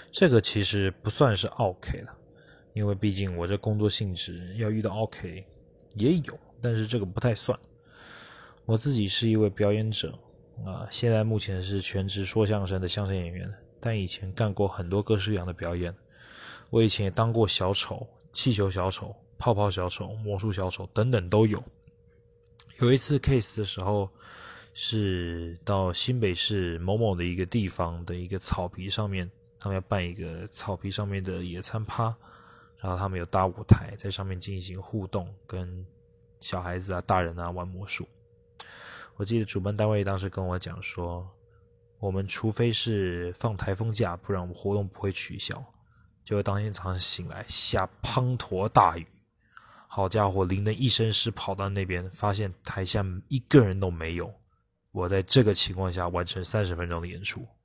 这个其实不算是 OK 了，因为毕竟我这工作性质要遇到 OK 也有，但是这个不太算。我自己是一位表演者现在目前是全职说相声的相声演员，但以前干过很多各式各样的表演。我以前也当过小丑、气球小丑、泡泡小丑、魔术小丑等等都有。有一次 case 的时候，是到新北市某某的一个地方的一个草皮上面，他们要办一个草皮上面的野餐趴，然后他们有搭舞台，在上面进行互动，跟小孩子大人玩魔术。我记得主办单位当时跟我讲说，我们除非是放台风假，不然我们活动不会取消。结果当天早上醒来，下滂沱大雨，好家伙，淋得一身湿，跑到那边发现台下一个人都没有。我在这个情况下完成30分钟的演出。